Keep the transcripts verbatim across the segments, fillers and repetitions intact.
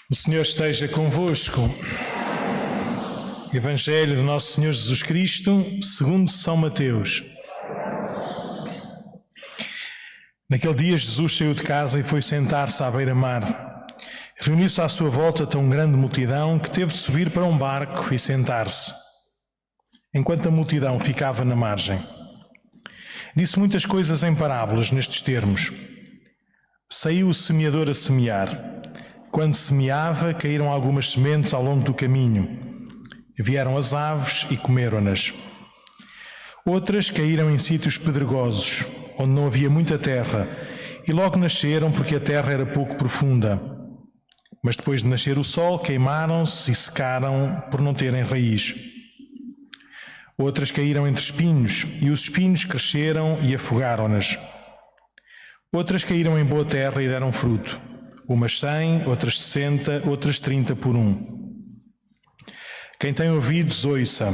O Senhor esteja convosco. Evangelho do nosso Senhor Jesus Cristo, segundo São Mateus. Naquele dia Jesus saiu de casa e foi sentar-se à beira-mar. Reuniu-se à sua volta tão grande multidão que teve de subir para um barco e sentar-se, enquanto a multidão ficava na margem. Disse muitas coisas em parábolas nestes termos. Saiu o semeador a semear. Quando semeava, caíram algumas sementes ao longo do caminho. Vieram as aves e comeram-nas. Outras caíram em sítios pedregosos, onde não havia muita terra, e logo nasceram porque a terra era pouco profunda. Mas depois de nascer o sol, queimaram-se e secaram por não terem raiz. Outras caíram entre espinhos, e os espinhos cresceram e afogaram-nas. Outras caíram em boa terra e deram fruto. Umas cem, outras sessenta, outras trinta por um. Quem tem ouvidos, ouça.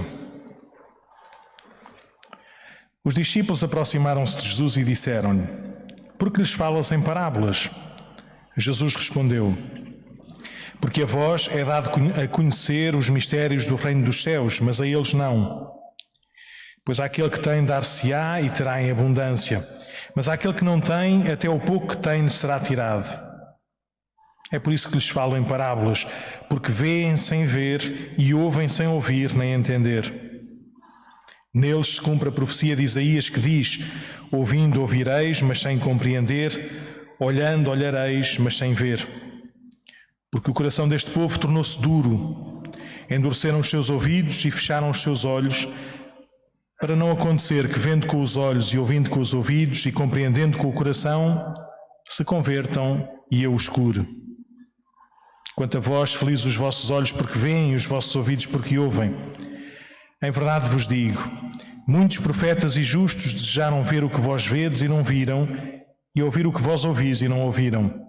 Os discípulos aproximaram-se de Jesus e disseram-lhe: Por que lhes falas em parábolas? Jesus respondeu: Porque a vós é dado a conhecer os mistérios do reino dos céus, mas a eles não. Pois àquele que tem dar-se-á e terá em abundância, mas àquele que não tem, até o pouco que tem lhe será tirado. É por isso que lhes falo em parábolas, porque veem sem ver e ouvem sem ouvir nem entender. Neles se cumpre a profecia de Isaías que diz: Ouvindo ouvireis, mas sem compreender, olhando olhareis, mas sem ver. Porque o coração deste povo tornou-se duro, endureceram os seus ouvidos e fecharam os seus olhos, para não acontecer que, vendo com os olhos e ouvindo com os ouvidos e compreendendo com o coração, se convertam e eu os cure. Quanto a vós, felizes os vossos olhos porque veem e os vossos ouvidos porque ouvem. Em verdade vos digo, muitos profetas e justos desejaram ver o que vós vedes e não viram, e ouvir o que vós ouvis e não ouviram.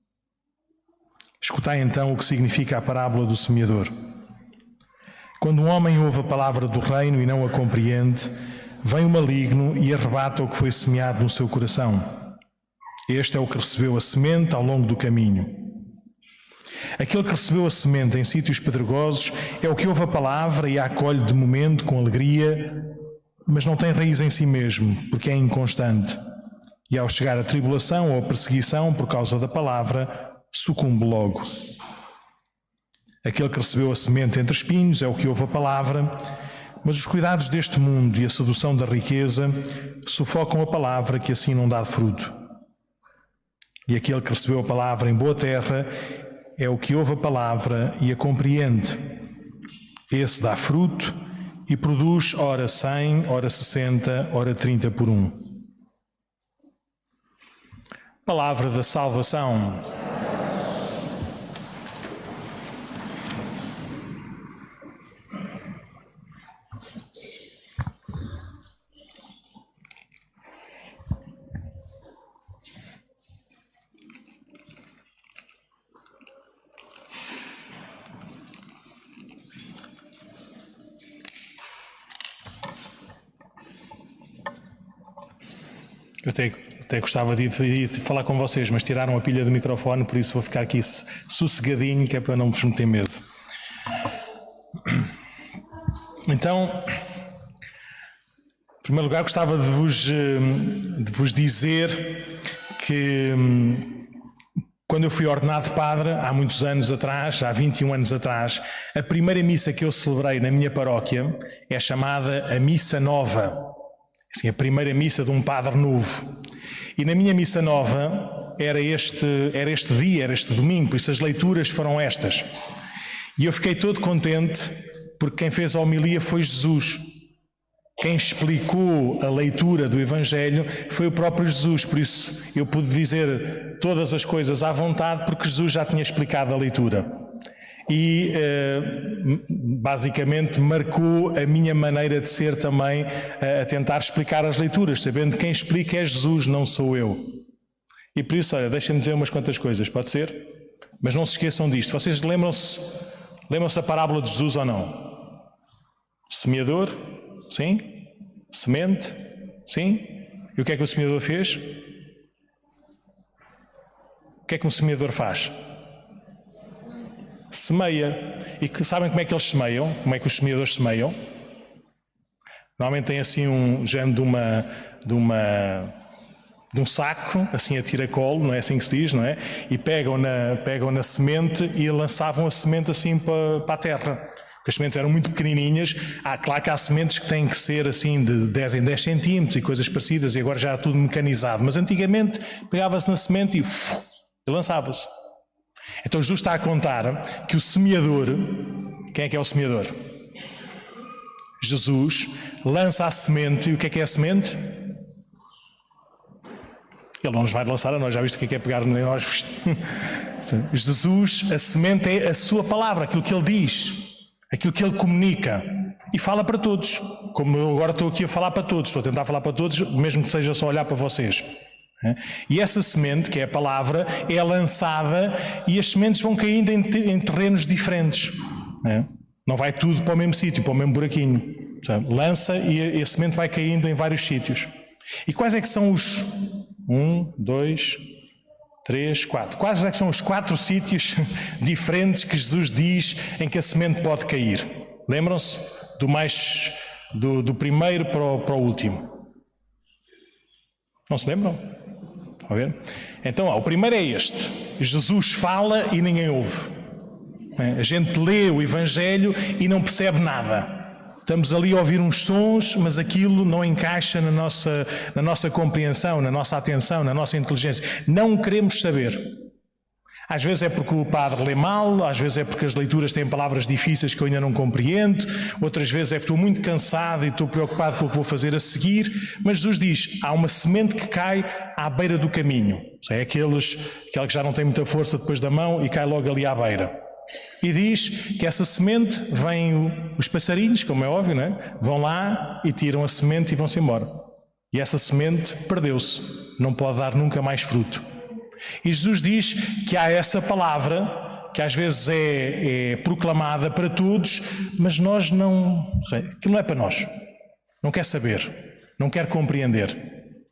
Escutai então o que significa a parábola do semeador. Quando um homem ouve a palavra do reino e não a compreende, vem o maligno e arrebata o que foi semeado no seu coração. Este é o que recebeu a semente ao longo do caminho. Aquele que recebeu a semente em sítios pedregosos é o que ouve a palavra e a acolhe de momento com alegria, mas não tem raiz em si mesmo, porque é inconstante. E ao chegar a tribulação ou a perseguição por causa da palavra, sucumbe logo. Aquele que recebeu a semente entre espinhos é o que ouve a palavra, mas os cuidados deste mundo e a sedução da riqueza sufocam a palavra que assim não dá fruto. E aquele que recebeu a palavra em boa terra é o que ouve a palavra e a compreende. Esse dá fruto e produz ora cem, ora sessenta, ora trinta por um. Palavra da salvação. Eu até, até gostava de, de, de falar com vocês, mas tiraram a pilha do microfone, por isso vou ficar aqui sossegadinho, que é para não vos meter medo. Então, em primeiro lugar, gostava de vos, de vos dizer que quando eu fui ordenado padre, há muitos anos atrás, há vinte e um anos atrás, a primeira missa que eu celebrei na minha paróquia é chamada a Missa Nova. Assim, a primeira missa de um padre novo. E na minha missa nova era este, era este dia, era este domingo, por isso as leituras foram estas. E eu fiquei todo contente porque quem fez a homilia foi Jesus. Quem explicou a leitura do Evangelho foi o próprio Jesus, por isso eu pude dizer todas as coisas à vontade porque Jesus já tinha explicado a leitura. E basicamente marcou a minha maneira de ser também a tentar explicar as leituras, sabendo que quem explica é Jesus, não sou eu. E por isso, olha, deixem-me dizer umas quantas coisas, pode ser? Mas não se esqueçam disto. Vocês lembram-se lembram-se da parábola de Jesus ou não? Semeador? Sim? Semente? Sim? E o que é que o semeador fez? O que é que um semeador faz? semeia. E que, sabem como é que eles semeiam? Como é que os semeadores semeiam? Normalmente tem assim um género de uma, de uma, de um saco, assim a tiracolo, não é assim que se diz, não é? E pegam na, pegam na semente e lançavam a semente assim para, para a terra. Porque as sementes eram muito pequenininhas. Há, claro que há sementes que têm que ser assim de dez em dez centímetros e coisas parecidas, e agora já é tudo mecanizado. Mas antigamente pegava-se na semente e, uf, e lançava-se. Então Jesus está a contar que o semeador, quem é que é o semeador? Jesus lança a semente, e o que é que é a semente? Ele não nos vai lançar a nós, já viste o que é que é pegar em nós? Jesus, a semente é a sua palavra, aquilo que ele diz, aquilo que ele comunica, e fala para todos, como eu agora estou aqui a falar para todos, estou a tentar falar para todos, mesmo que seja só olhar para vocês. E essa semente, que é a palavra, é lançada e as sementes vão caindo em terrenos diferentes. Não vai tudo para o mesmo sítio, para o mesmo buraquinho. Lança e a semente vai caindo em vários sítios. E quais é que são os... Um, dois, três, quatro. Quais é que são os quatro sítios diferentes que Jesus diz em que a semente pode cair? Lembram-se? Do mais... Do, do primeiro para o, para o último. Não se lembram? Estão a ver? Então, ó, o primeiro é este. Jesus fala e ninguém ouve. A gente lê o Evangelho e não percebe nada. Estamos ali a ouvir uns sons, mas aquilo não encaixa na nossa, na nossa compreensão, na nossa atenção, na nossa inteligência. Não queremos saber. Às vezes é porque o padre lê mal, às vezes é porque as leituras têm palavras difíceis que eu ainda não compreendo, outras vezes é porque estou muito cansado e estou preocupado com o que vou fazer a seguir. Mas Jesus diz, há uma semente que cai à beira do caminho. É aqueles, aquela que já não tem muita força depois da mão e cai logo ali à beira. E diz que essa semente, vêm os passarinhos, como é óbvio, não é? Vão lá e tiram a semente e vão-se embora. E essa semente perdeu-se, não pode dar nunca mais fruto. E Jesus diz que há essa palavra, que às vezes é, é proclamada para todos, mas nós não... Aquilo não é para nós. Não quer saber, não quer compreender.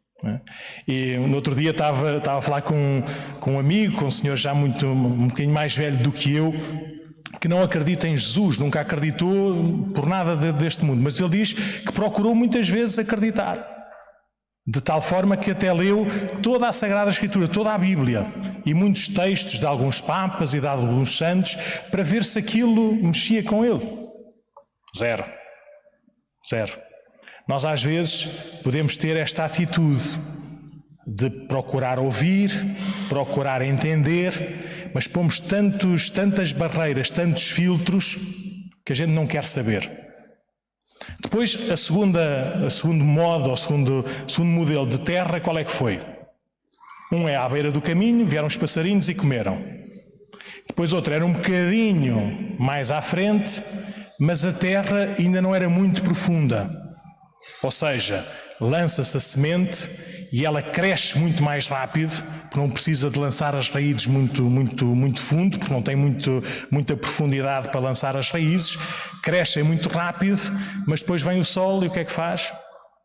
E no outro dia estava, estava a falar com, com um amigo, com um senhor já muito, um bocadinho mais velho do que eu, que não acredita em Jesus, nunca acreditou por nada de, deste mundo, mas ele diz que procurou muitas vezes acreditar, de tal forma que até leu toda a Sagrada Escritura, toda a Bíblia, e muitos textos de alguns papas e de alguns santos, para ver se aquilo mexia com ele. Zero. Zero. Nós às vezes podemos ter esta atitude de procurar ouvir, procurar entender, mas pomos tantos, tantas barreiras, tantos filtros, que a gente não quer saber. Depois, a segunda, a segundo modo, ou segundo, segundo modelo de terra, qual é que foi? Um é à beira do caminho, vieram os passarinhos e comeram. Depois outro era um bocadinho mais à frente, mas a terra ainda não era muito profunda. Ou seja, lança-se a semente e ela cresce muito mais rápido, porque não precisa de lançar as raízes muito, muito, muito fundo, porque não tem muito, muita profundidade para lançar as raízes, crescem muito rápido, mas depois vem o sol e o que é que faz?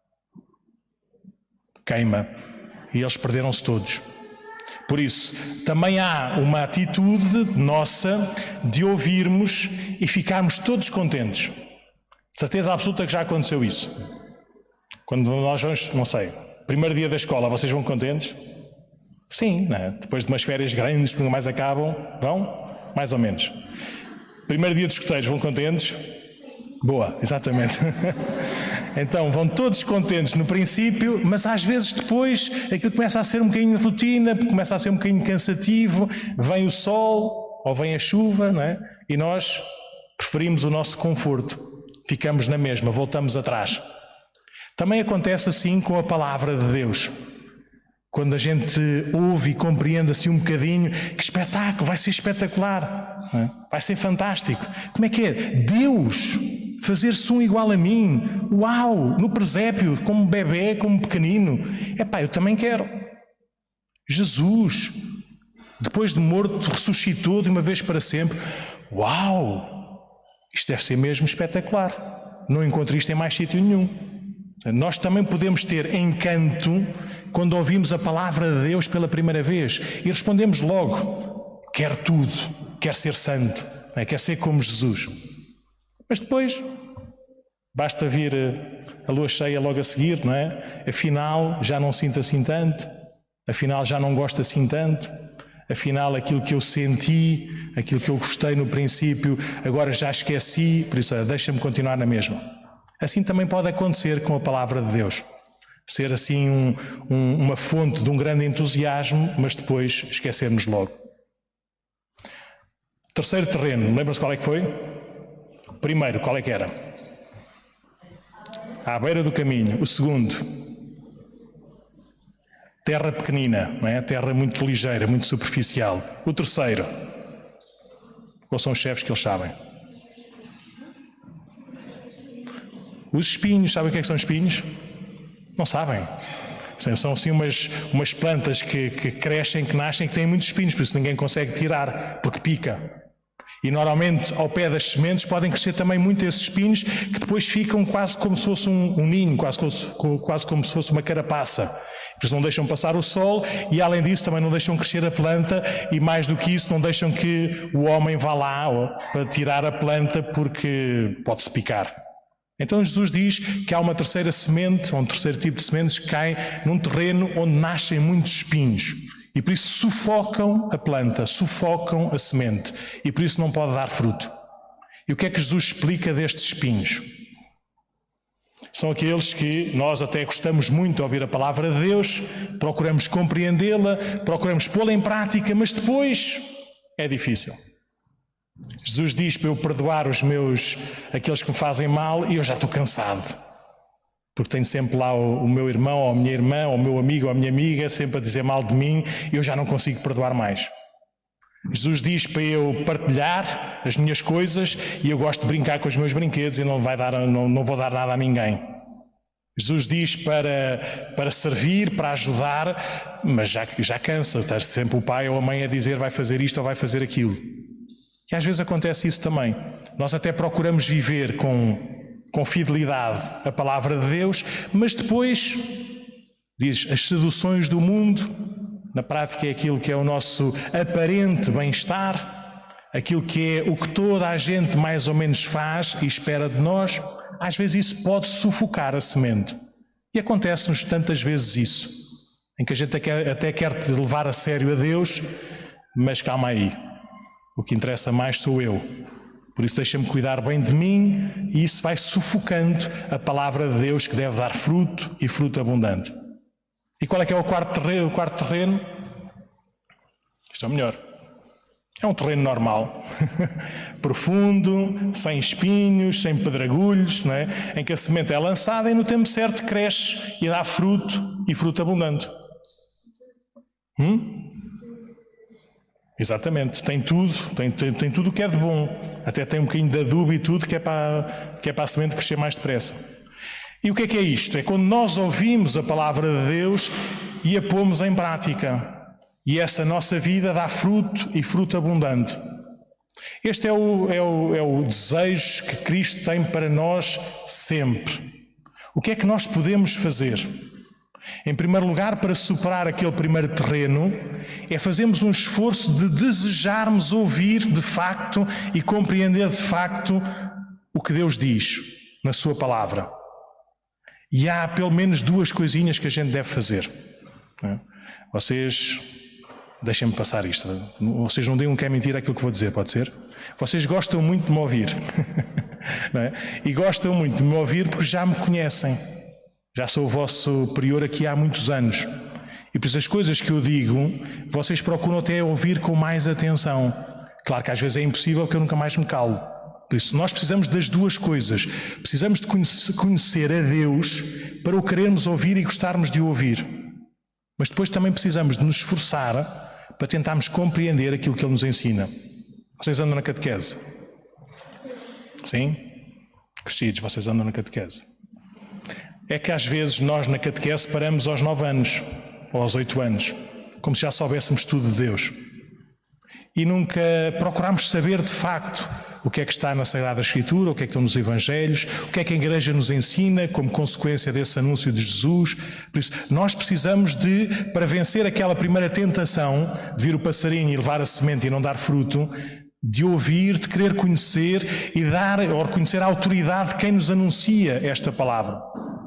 Queima. E eles perderam-se todos. Por isso, também há uma atitude nossa de ouvirmos e ficarmos todos contentes. De certeza absoluta que já aconteceu isso. Quando nós vamos, não sei, primeiro dia da escola, vocês vão contentes? Sim, não é? Depois de umas férias grandes que nunca mais acabam, vão? Mais ou menos. Primeiro dia dos escoteiros, vão contentes? Boa, exatamente. Então, vão todos contentes no princípio, mas às vezes depois aquilo começa a ser um bocadinho de rotina, começa a ser um bocadinho cansativo, vem o sol ou vem a chuva, não é? E nós preferimos o nosso conforto, ficamos na mesma, voltamos atrás. Também acontece assim com a palavra de Deus. Quando a gente ouve e compreende assim um bocadinho, que espetáculo, vai ser espetacular, não é? Vai ser fantástico. Como é que é? Deus fazer-se um igual a mim, uau, no presépio, como bebê, como pequenino. Epá, eu também quero. Jesus, depois de morto, ressuscitou de uma vez para sempre. Uau, isto deve ser mesmo espetacular. Não encontro isto em mais sítio nenhum. Nós também podemos ter encanto quando ouvimos a palavra de Deus pela primeira vez e respondemos logo, quero tudo, quero ser santo. não é? Quer ser como Jesus. Mas depois, basta vir a lua cheia logo a seguir, não é? Afinal, já não sinto assim tanto, afinal, já não gosto assim tanto, afinal, aquilo que eu senti, aquilo que eu gostei no princípio, agora já esqueci, por isso, deixa-me continuar na mesma. Assim também pode acontecer com a palavra de Deus. Ser assim um, um, uma fonte de um grande entusiasmo, mas depois esquecermos logo. Terceiro terreno, lembram-se qual é que foi? Primeiro, qual é que era? À beira do caminho. O segundo, terra pequenina, não é? Terra muito ligeira, muito superficial. O terceiro, ou são os chefes que eles sabem? Os espinhos, sabem o que é que são espinhos? Não sabem. São assim umas, umas plantas que, que crescem, que nascem, que têm muitos espinhos, por isso ninguém consegue tirar, porque pica. E normalmente ao pé das sementes podem crescer também muito esses espinhos, que depois ficam quase como se fosse um, um ninho, quase, quase como se fosse uma carapaça. Por isso não deixam passar o sol e além disso também não deixam crescer a planta e mais do que isso não deixam que o homem vá lá para tirar a planta porque pode-se picar. Então Jesus diz que há uma terceira semente, ou um terceiro tipo de sementes que cai num terreno onde nascem muitos espinhos e por isso sufocam a planta, sufocam a semente e por isso não pode dar fruto. E o que é que Jesus explica destes espinhos? São aqueles que nós até gostamos muito de ouvir a palavra de Deus, procuramos compreendê-la, procuramos pô-la em prática, mas depois é difícil. Jesus diz para eu perdoar os meus, aqueles que me fazem mal e eu já estou cansado. Porque tenho sempre lá o, o meu irmão ou a minha irmã ou o meu amigo ou a minha amiga sempre a dizer mal de mim e eu já não consigo perdoar mais. Jesus diz para eu partilhar as minhas coisas e eu gosto de brincar com os meus brinquedos e não, vai dar, não, não vou dar nada a ninguém. Jesus diz para, para servir, para ajudar, mas já, já cansa. Está sempre o pai ou a mãe a dizer vai fazer isto ou vai fazer aquilo. E às vezes acontece isso também. Nós até procuramos viver com, com fidelidade a palavra de Deus, mas depois, diz, as seduções do mundo, na prática é aquilo que é o nosso aparente bem-estar, aquilo que é o que toda a gente mais ou menos faz e espera de nós, às vezes isso pode sufocar a semente. E acontece-nos tantas vezes isso, em que a gente até quer te levar a sério a Deus, mas calma aí. O que interessa mais sou eu. Por isso deixa-me cuidar bem de mim e isso vai sufocando a palavra de Deus que deve dar fruto e fruto abundante. E qual é que é o quarto terreno? O quarto terreno? Isto é o melhor. É um terreno normal, profundo, sem espinhos, sem pedregulhos, não é? Em que a semente é lançada e no tempo certo cresce e dá fruto e fruto abundante. Hum? Exatamente, tem tudo, tem, tem, tem tudo o que é de bom, até tem um bocadinho de adubo e tudo que é, para, que é para a semente crescer mais depressa. E o que é que é isto? É quando nós ouvimos a palavra de Deus e a pomos em prática, e essa nossa vida dá fruto e fruto abundante. Este é o, é o, é o desejo que Cristo tem para nós sempre. O que é que nós podemos fazer? Em primeiro lugar, para superar aquele primeiro terreno, é fazermos um esforço de desejarmos ouvir de facto e compreender de facto o que Deus diz na sua palavra. E há pelo menos duas coisinhas que a gente deve fazer. Vocês, deixem-me passar isto, vocês não digam que é mentira aquilo que vou dizer, pode ser? Vocês gostam muito de me ouvir. Não é? E gostam muito de me ouvir porque já me conhecem. Já sou o vosso prior aqui há muitos anos. E por isso as coisas que eu digo, vocês procuram até ouvir com mais atenção. Claro que às vezes é impossível porque eu nunca mais me calo. Por isso nós precisamos das duas coisas. Precisamos de conhecer a Deus para o querermos ouvir e gostarmos de o ouvir. Mas depois também precisamos de nos esforçar para tentarmos compreender aquilo que Ele nos ensina. Vocês andam na catequese? Sim? Crescidos, vocês andam na catequese. É que às vezes nós na catequese paramos aos nove anos, ou aos oito anos, como se já soubéssemos tudo de Deus. E nunca procuramos saber de facto o que é que está na Sagrada Escritura, o que é que estão nos Evangelhos, o que é que a Igreja nos ensina como consequência desse anúncio de Jesus. Por isso, nós precisamos de, para vencer aquela primeira tentação de vir o passarinho e levar a semente e não dar fruto, de ouvir, de querer conhecer e dar ou reconhecer a autoridade de quem nos anuncia esta palavra.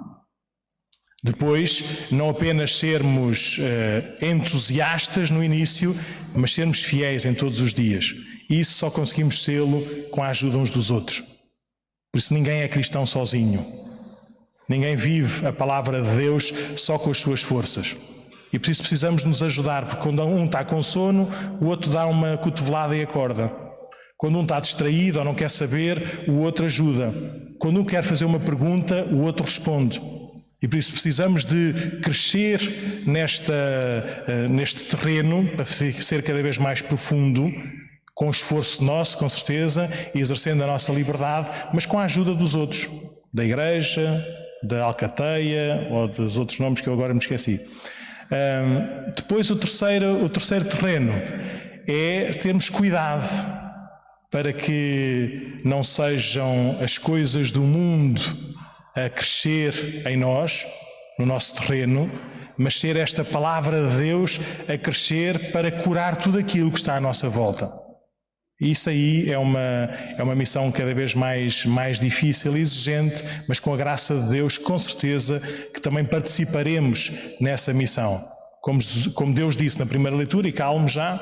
Depois, não apenas sermos uh, entusiastas no início, mas sermos fiéis em todos os dias. E isso só conseguimos sê-lo com a ajuda uns dos outros. Por isso ninguém é cristão sozinho. Ninguém vive a palavra de Deus só com as suas forças. E por isso precisamos nos ajudar, porque quando um está com sono, o outro dá uma cotovelada e acorda. Quando um está distraído ou não quer saber, o outro ajuda. Quando um quer fazer uma pergunta, o outro responde. E por isso precisamos de crescer nesta, neste terreno, para ser cada vez mais profundo, com esforço nosso, com certeza, e exercendo a nossa liberdade, mas com a ajuda dos outros, da Igreja, da Alcateia ou dos outros nomes que eu agora me esqueci. Um, depois o terceiro, o terceiro terreno é termos cuidado para que não sejam as coisas do mundo a crescer em nós, no nosso terreno, mas ser esta palavra de Deus a crescer para curar tudo aquilo que está à nossa volta. E isso aí é uma, é uma missão cada vez mais, mais difícil e exigente, mas com a graça de Deus, com certeza, que também participaremos nessa missão. Como, como Deus disse na primeira leitura, e calmo já,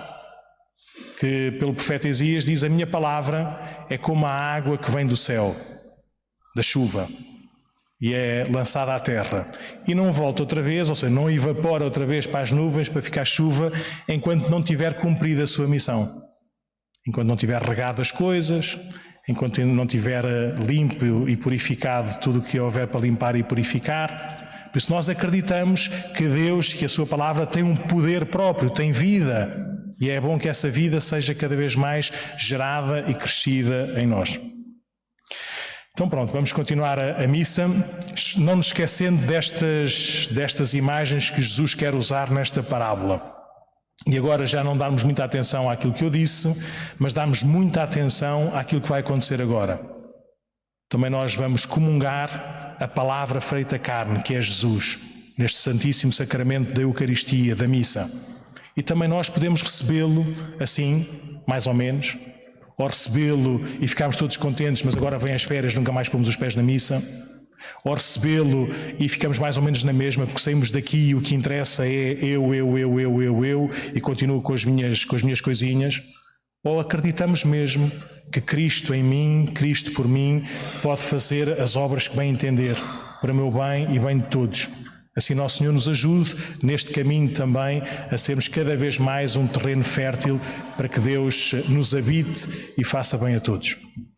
que pelo profeta Isaías diz: a minha palavra é como a água que vem do céu, da chuva, e é lançada à terra. E não volta outra vez, ou seja, não evapora outra vez para as nuvens, para ficar chuva, enquanto não tiver cumprido a sua missão. Enquanto não tiver regado as coisas, enquanto não tiver limpo e purificado tudo o que houver para limpar e purificar. Por isso nós acreditamos que Deus, que a sua palavra tem um poder próprio, tem vida. E é bom que essa vida seja cada vez mais gerada e crescida em nós. Então pronto, vamos continuar a, a missa, não nos esquecendo destas, destas imagens que Jesus quer usar nesta parábola. E agora já não darmos muita atenção àquilo que eu disse, mas darmos muita atenção àquilo que vai acontecer agora. Também nós vamos comungar a palavra feita carne, que é Jesus, neste santíssimo sacramento da Eucaristia, da missa. E também nós podemos recebê-lo assim, mais ou menos, ou recebê-lo e ficarmos todos contentes, mas agora vêm as férias, nunca mais pomos os pés na missa. Ou recebê-lo e ficamos mais ou menos na mesma, porque saímos daqui e o que interessa é eu, eu, eu, eu, eu, eu, e continuo com as minhas, com as minhas coisinhas. Ou acreditamos mesmo que Cristo em mim, Cristo por mim, pode fazer as obras que bem entender, para o meu bem e bem de todos. Assim Nosso Senhor nos ajude neste caminho também a sermos cada vez mais um terreno fértil para que Deus nos habite e faça bem a todos.